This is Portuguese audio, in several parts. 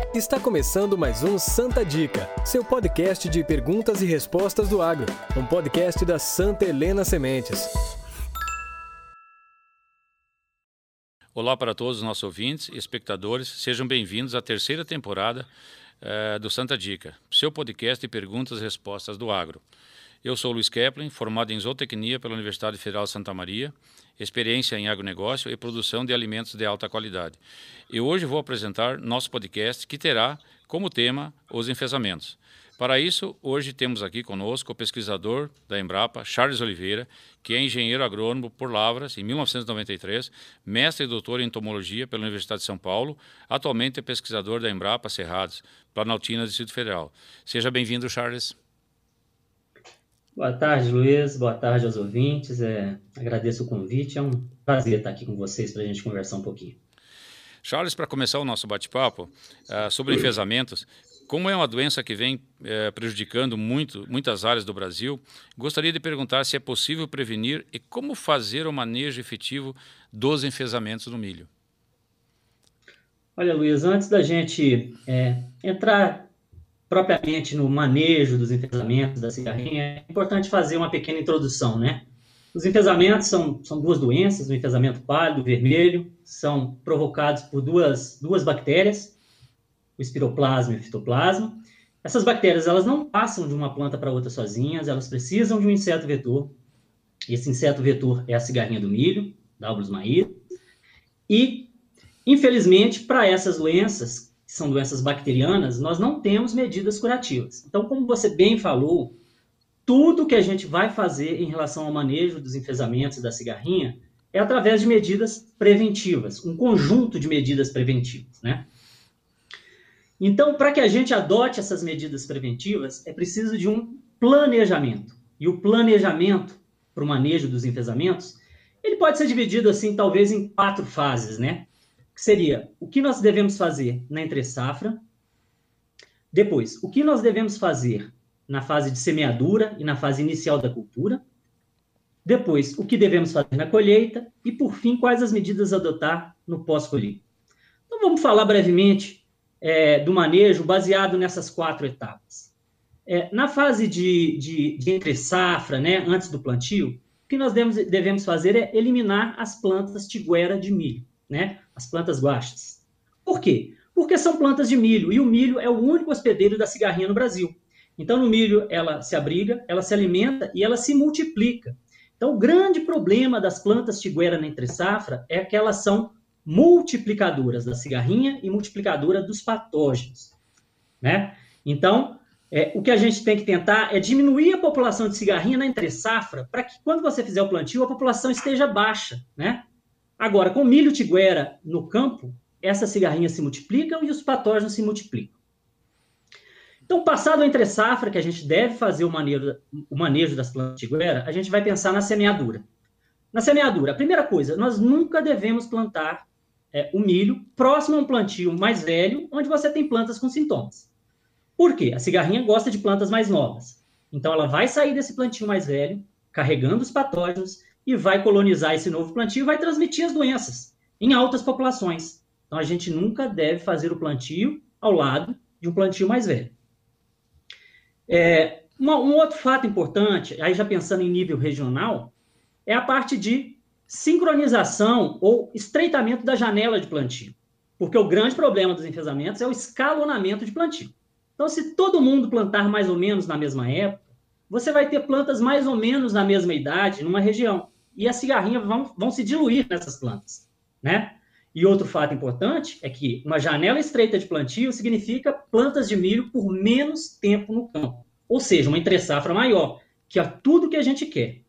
Está começando mais um Santa Dica, seu podcast de perguntas e respostas do agro, um podcast da Santa Helena Sementes. Olá para todos os nossos ouvintes e espectadores, sejam bem-vindos à terceira temporada do Santa Dica, seu podcast de perguntas e respostas do agro. Eu sou Luiz Kepling, formado em zootecnia pela Universidade Federal de Santa Maria, experiência em agronegócio e produção de alimentos de alta qualidade. E hoje vou apresentar nosso podcast que terá como tema os enfesamentos. Para isso, hoje temos aqui conosco o pesquisador da Embrapa, Charles Oliveira, que é engenheiro agrônomo por lavras em 1993, mestre e doutor em entomologia pela Universidade de São Paulo, atualmente é pesquisador da Embrapa Cerrados, Planaltina, Distrito Federal. Seja bem-vindo, Charles. Boa tarde, Luiz. Boa tarde aos ouvintes. Agradeço o convite. É um prazer estar aqui com vocês para a gente conversar um pouquinho. Charles, para começar o nosso bate-papo sobre enfesamentos, como é uma doença que vem prejudicando muitas áreas do Brasil, gostaria de perguntar se é possível prevenir e como fazer o manejo efetivo dos enfesamentos no milho. Olha, Luiz, antes da gente entrar propriamente no manejo dos enfesamentos da cigarrinha, é importante fazer uma pequena introdução, né? Os enfesamentos são duas doenças, o enfesamento pálido e o vermelho, são provocados por duas bactérias, o espiroplasma e o fitoplasma. Essas bactérias, elas não passam de uma planta para outra sozinhas, elas precisam de um inseto vetor. Esse inseto vetor é a cigarrinha do milho, Daubolus maíz. E, infelizmente, para essas doenças, que são doenças bacterianas, nós não temos medidas curativas. Então, como você bem falou, tudo que a gente vai fazer em relação ao manejo dos enfesamentos da cigarrinha é através de medidas preventivas, um conjunto de medidas preventivas, né? Então, para que a gente adote essas medidas preventivas, é preciso de um planejamento. E o planejamento para o manejo dos enfesamentos, ele pode ser dividido, assim, talvez em 4 fases, né? Que seria o que nós devemos fazer na entre-safra, depois, o que nós devemos fazer na fase de semeadura e na fase inicial da cultura, depois, o que devemos fazer na colheita e, por fim, quais as medidas a adotar no pós-colheita. Então, vamos falar brevemente do manejo baseado nessas 4 etapas. Na fase de entre-safra, né, antes do plantio, o que nós devemos fazer é eliminar as plantas tiguera de milho, né, as plantas guaxas. Por quê? Porque são plantas de milho, e o milho é o único hospedeiro da cigarrinha no Brasil. Então, no milho, ela se abriga, ela se alimenta e ela se multiplica. Então, o grande problema das plantas tiguera na entre-safra é que elas são multiplicadoras da cigarrinha e multiplicadora dos patógenos, né? Então, o que a gente tem que tentar é diminuir a população de cigarrinha na entre-safra para que, quando você fizer o plantio, a população esteja baixa, né? Agora, com milho tiguera no campo, essas cigarrinhas se multiplicam e os patógenos se multiplicam. Então, passado a entre-safra, que a gente deve fazer o manejo das plantas tiguera, a gente vai pensar na semeadura. Na semeadura, a primeira coisa, nós nunca devemos plantar o milho próximo a um plantio mais velho, onde você tem plantas com sintomas. Por quê? A cigarrinha gosta de plantas mais novas. Então, ela vai sair desse plantio mais velho, carregando os patógenos, e vai colonizar esse novo plantio e vai transmitir as doenças em altas populações. Então, a gente nunca deve fazer o plantio ao lado de um plantio mais velho. Um outro fato importante, aí já pensando em nível regional, é a parte de sincronização ou estreitamento da janela de plantio. Porque o grande problema dos enfesamentos é o escalonamento de plantio. Então, se todo mundo plantar mais ou menos na mesma época, você vai ter plantas mais ou menos na mesma idade numa região. E as cigarrinhas vão se diluir nessas plantas, né? E outro fato importante é que uma janela estreita de plantio significa plantas de milho por menos tempo no campo. Ou seja, uma entre-safra maior, que é tudo que a gente quer.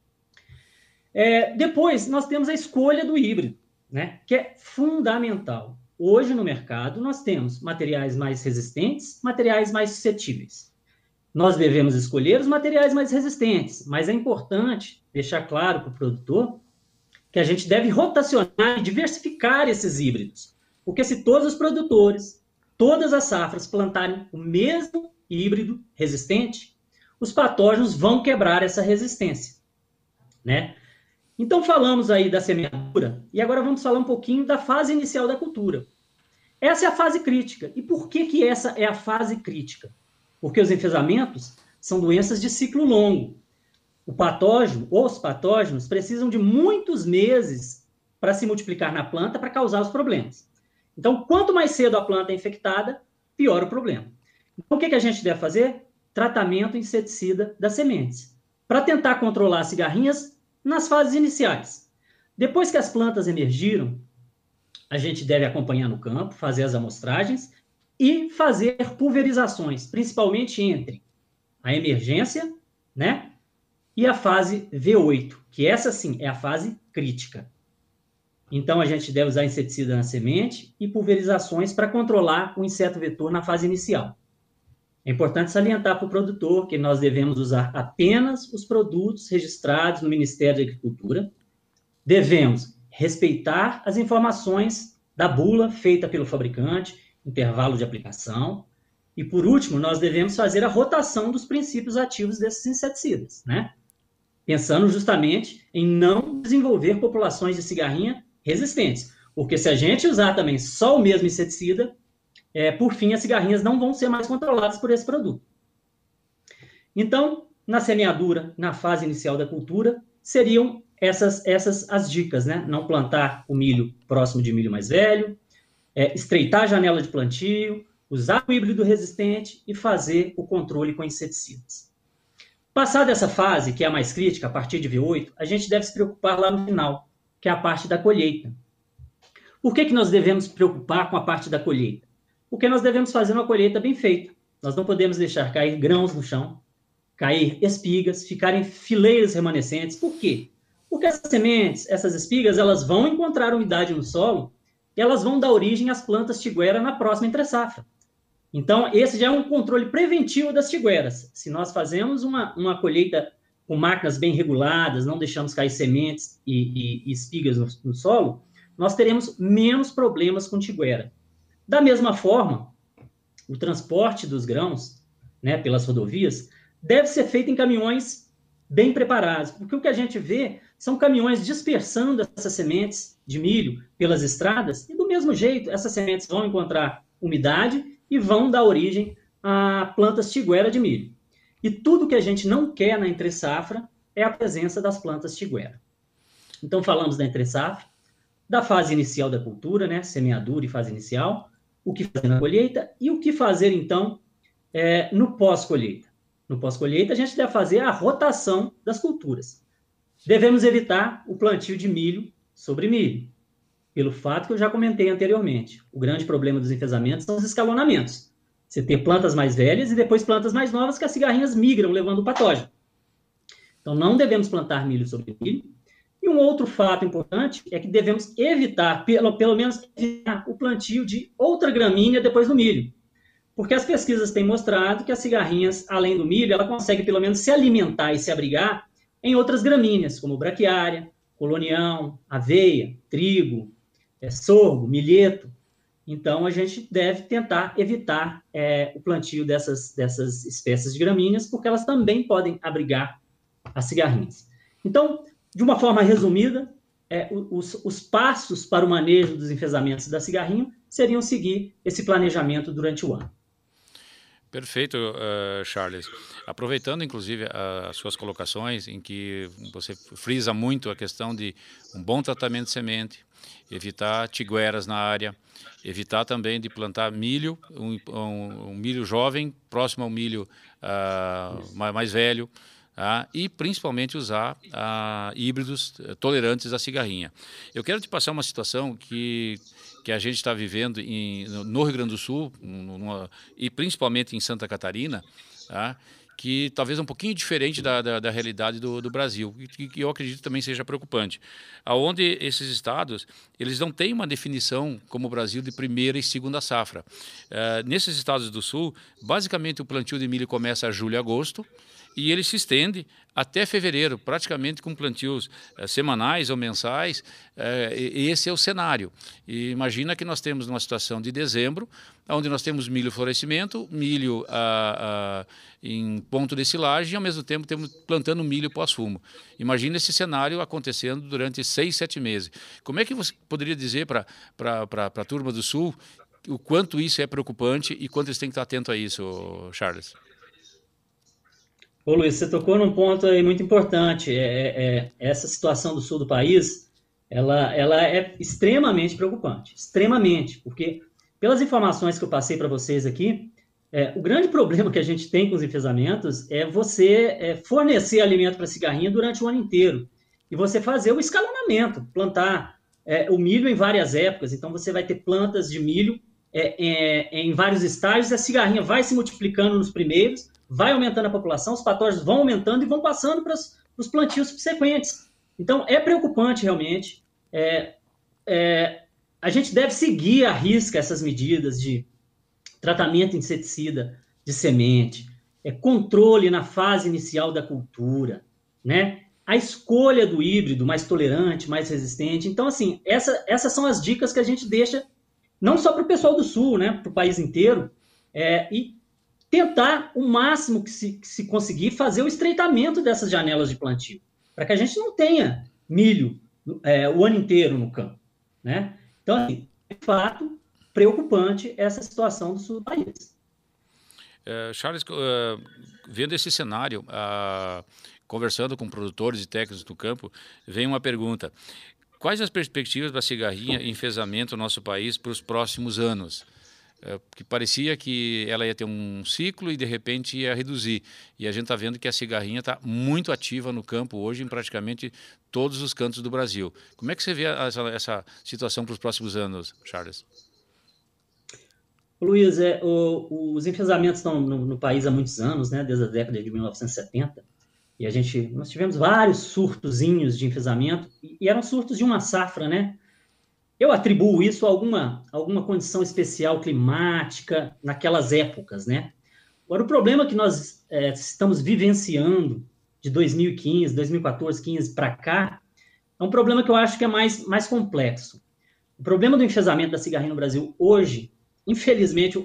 Depois, nós temos a escolha do híbrido, né? Que é fundamental. Hoje, no mercado, nós temos materiais mais resistentes, materiais mais suscetíveis. Nós devemos escolher os materiais mais resistentes, mas é importante deixar claro para o produtor que a gente deve rotacionar e diversificar esses híbridos. Porque se todos os produtores, todas as safras plantarem o mesmo híbrido resistente, os patógenos vão quebrar essa resistência, né? Então, falamos aí da semeadura, e agora vamos falar um pouquinho da fase inicial da cultura. Essa é a fase crítica. E por que essa é a fase crítica? Porque os enfesamentos são doenças de ciclo longo. O patógeno, os patógenos, precisam de muitos meses para se multiplicar na planta para causar os problemas. Então, quanto mais cedo a planta é infectada, pior o problema. Então, o que a gente deve fazer? Tratamento inseticida das sementes, para tentar controlar as cigarrinhas nas fases iniciais. Depois que as plantas emergiram, a gente deve acompanhar no campo, fazer as amostragens e fazer pulverizações, principalmente entre a emergência, né, e a fase V8, que essa sim é a fase crítica. Então, a gente deve usar inseticida na semente e pulverizações para controlar o inseto vetor na fase inicial. É importante salientar para o produtor que nós devemos usar apenas os produtos registrados no Ministério da Agricultura. Devemos respeitar as informações da bula feita pelo fabricante, intervalo de aplicação. E, por último, nós devemos fazer a rotação dos princípios ativos desses inseticidas, né? Pensando justamente em não desenvolver populações de cigarrinha resistentes. Porque se a gente usar também só o mesmo inseticida, por fim, as cigarrinhas não vão ser mais controladas por esse produto. Então, na semeadura, na fase inicial da cultura, seriam essas as dicas, né? Não plantar o milho próximo de milho mais velho, estreitar a janela de plantio, usar o híbrido resistente e fazer o controle com inseticidas. Passada essa fase, que é a mais crítica, a partir de V8, a gente deve se preocupar lá no final, que é a parte da colheita. Por que nós devemos se preocupar com a parte da colheita? Porque nós devemos fazer uma colheita bem feita. Nós não podemos deixar cair grãos no chão, cair espigas, ficarem fileiras remanescentes. Por quê? Porque essas sementes, essas espigas, elas vão encontrar umidade no solo e elas vão dar origem às plantas tiguera na próxima entre-safra. Então, esse já é um controle preventivo das tigueras. Se nós fazemos uma colheita com máquinas bem reguladas, não deixamos cair sementes e espigas no solo, nós teremos menos problemas com tiguera. Da mesma forma, o transporte dos grãos, né, pelas rodovias deve ser feito em caminhões bem preparados, porque o que a gente vê são caminhões dispersando essas sementes de milho pelas estradas, e do mesmo jeito essas sementes vão encontrar umidade e vão dar origem a plantas tiguera de milho. E tudo que a gente não quer na entre-safra é a presença das plantas tiguera. Então, falamos da entre-safra, da fase inicial da cultura, né, semeadura e fase inicial, o que fazer na colheita e o que fazer, então, no pós-colheita. No pós-colheita, a gente deve fazer a rotação das culturas. Devemos evitar o plantio de milho sobre milho, pelo fato que eu já comentei anteriormente. O grande problema dos enfesamentos são os escalonamentos. Você tem plantas mais velhas e depois plantas mais novas que as cigarrinhas migram, levando o patógeno. Então, não devemos plantar milho sobre milho. E um outro fato importante é que devemos evitar, pelo menos, evitar o plantio de outra gramínea depois do milho. Porque as pesquisas têm mostrado que as cigarrinhas, além do milho, ela consegue pelo menos se alimentar e se abrigar em outras gramíneas, como braquiária, colonião, aveia, trigo, sorgo, milheto. Então, a gente deve tentar evitar o plantio dessas espécies de gramíneas, porque elas também podem abrigar as cigarrinhas. Então, de uma forma resumida, os passos para o manejo dos enfesamentos da cigarrinha seriam seguir esse planejamento durante o ano. Perfeito, Charles. Aproveitando, inclusive, as suas colocações, em que você frisa muito a questão de um bom tratamento de semente, evitar tigueras na área, evitar também de plantar milho, um milho jovem, próximo ao milho mais velho, e principalmente usar híbridos tolerantes à cigarrinha. Eu quero te passar uma situação que a gente está vivendo no Rio Grande do Sul, e principalmente em Santa Catarina, que talvez é um pouquinho diferente da realidade do Brasil, e que eu acredito também seja preocupante, aonde esses estados eles não têm uma definição como o Brasil de primeira e segunda safra. Nesses estados do Sul, basicamente o plantio de milho começa a julho e agosto, e ele se estende até fevereiro, praticamente com plantios semanais ou mensais. Esse é o cenário. E imagina que nós temos uma situação de dezembro, onde nós temos milho florescimento, milho em ponto de silagem, e ao mesmo tempo temos plantando milho pós-fumo. Imagina esse cenário acontecendo durante 6, 7 meses. Como é que você poderia dizer para a turma do Sul o quanto isso é preocupante e quanto eles têm que estar atentos a isso, Charles. Ô, Luiz, você tocou num ponto aí muito importante. Essa situação do sul do país, ela é extremamente preocupante, extremamente, porque pelas informações que eu passei para vocês aqui, o grande problema que a gente tem com os enfesamentos é você fornecer alimento para a cigarrinha durante o ano inteiro e você fazer o escalonamento, plantar o milho em várias épocas. Então, você vai ter plantas de milho em vários estágios, a cigarrinha vai se multiplicando nos primeiros, vai aumentando a população, os patógenos vão aumentando e vão passando para os plantios subsequentes. Então, é preocupante realmente. A gente deve seguir à risca essas medidas de tratamento inseticida de semente, controle na fase inicial da cultura, né? A escolha do híbrido mais tolerante, mais resistente. Então, assim, essas são as dicas que a gente deixa não só para o pessoal do Sul, né, para o país inteiro, e tentar o máximo que se conseguir fazer o estreitamento dessas janelas de plantio, para que a gente não tenha milho o ano inteiro no campo, né? Então, assim, de fato, preocupante essa situação do sul do país. Charles, vendo esse cenário, conversando com produtores e técnicos do campo, vem uma pergunta. Quais as perspectivas da cigarrinha em enfesamento no nosso país para os próximos anos? Que parecia que ela ia ter um ciclo e de repente ia reduzir. E a gente está vendo que a cigarrinha está muito ativa no campo hoje em praticamente todos os cantos do Brasil. Como é que você vê essa situação para os próximos anos, Charles? Luiz, os enfesamentos estão no país há muitos anos, né, desde a década de 1970, e nós tivemos vários surtozinhos de enfesamento, e eram surtos de uma safra, né? Eu atribuo isso a alguma condição especial climática naquelas épocas, né? Agora, o problema que nós estamos vivenciando de 2015, 2014, 2015 para cá, é um problema que eu acho que é mais complexo. O problema do enfesamento da cigarrinha no Brasil hoje, infelizmente,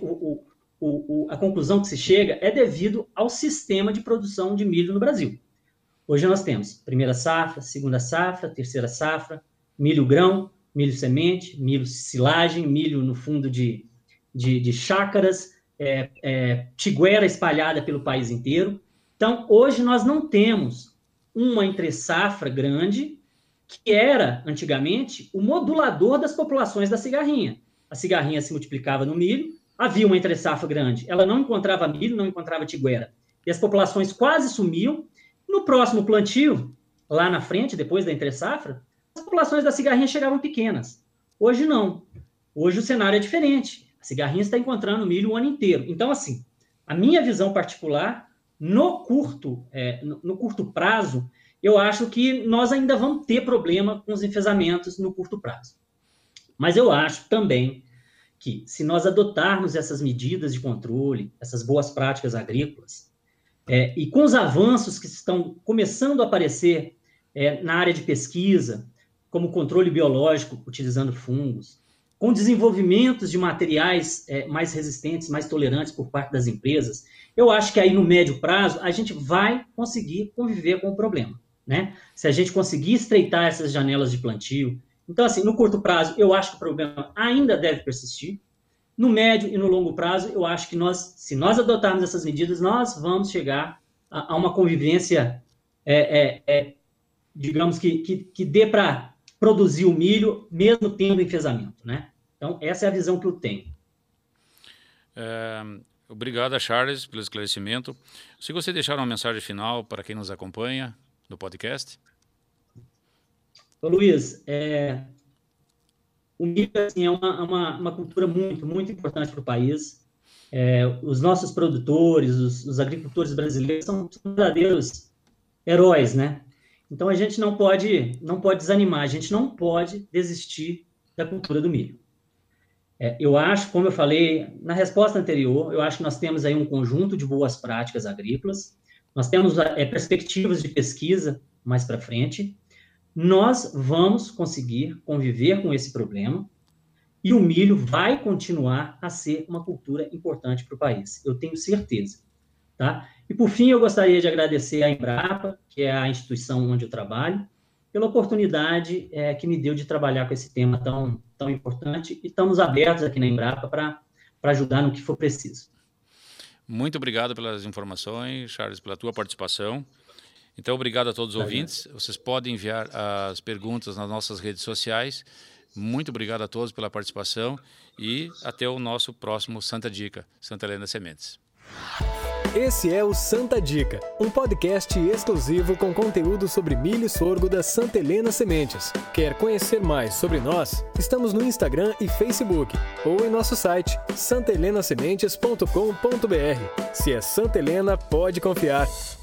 a conclusão que se chega é devido ao sistema de produção de milho no Brasil. Hoje nós temos primeira safra, segunda safra, terceira safra, milho grão, milho semente, milho silagem, milho no fundo de chácaras, tiguera espalhada pelo país inteiro. Então, hoje nós não temos uma entre-safra grande, que era, antigamente, o modulador das populações da cigarrinha. A cigarrinha se multiplicava no milho, havia uma entre-safra grande, ela não encontrava milho, não encontrava tiguera, e as populações quase sumiam. No próximo plantio, lá na frente, depois da entre-safra, as populações da cigarrinha chegavam pequenas. Hoje não. Hoje o cenário é diferente. A cigarrinha está encontrando milho o ano inteiro. Então, assim, a minha visão particular, no curto prazo, eu acho que nós ainda vamos ter problema com os enfesamentos no curto prazo. Mas eu acho também que, se nós adotarmos essas medidas de controle, essas boas práticas agrícolas, e com os avanços que estão começando a aparecer na área de pesquisa, como controle biológico utilizando fungos, com desenvolvimentos de materiais mais resistentes, mais tolerantes por parte das empresas, eu acho que aí no médio prazo a gente vai conseguir conviver com o problema, né? Se a gente conseguir estreitar essas janelas de plantio. Então, assim, no curto prazo, eu acho que o problema ainda deve persistir. No médio e no longo prazo, eu acho que se nós adotarmos essas medidas, nós vamos chegar a uma convivência, digamos que dê para produzir o milho, mesmo tendo enfesamento, né? Então, essa é a visão que eu tenho. Obrigado, Charles, pelo esclarecimento. Se você deixar uma mensagem final para quem nos acompanha no podcast. Ô, Luiz, o milho assim, é uma cultura muito, muito importante para o país. Os nossos produtores, os agricultores brasileiros são verdadeiros heróis, né? Então, a gente não pode desanimar, a gente não pode desistir da cultura do milho. Eu acho, como eu falei na resposta anterior, eu acho que nós temos aí um conjunto de boas práticas agrícolas, nós temos perspectivas de pesquisa mais para frente, nós vamos conseguir conviver com esse problema e o milho vai continuar a ser uma cultura importante para o país, eu tenho certeza. Tá? E, por fim, eu gostaria de agradecer à Embrapa, que é a instituição onde eu trabalho, pela oportunidade que me deu de trabalhar com esse tema tão importante, e estamos abertos aqui na Embrapa para ajudar no que for preciso. Muito obrigado pelas informações, Charles, pela tua participação. Então, obrigado a todos os ouvintes. Vocês podem enviar as perguntas nas nossas redes sociais. Muito obrigado a todos pela participação e até o nosso próximo Santa Dica, Santa Helena Sementes. Esse é o Santa Dica, um podcast exclusivo com conteúdo sobre milho e sorgo da Santa Helena Sementes. Quer conhecer mais sobre nós? Estamos no Instagram e Facebook ou em nosso site santelenasementes.com.br. Se é Santa Helena, pode confiar.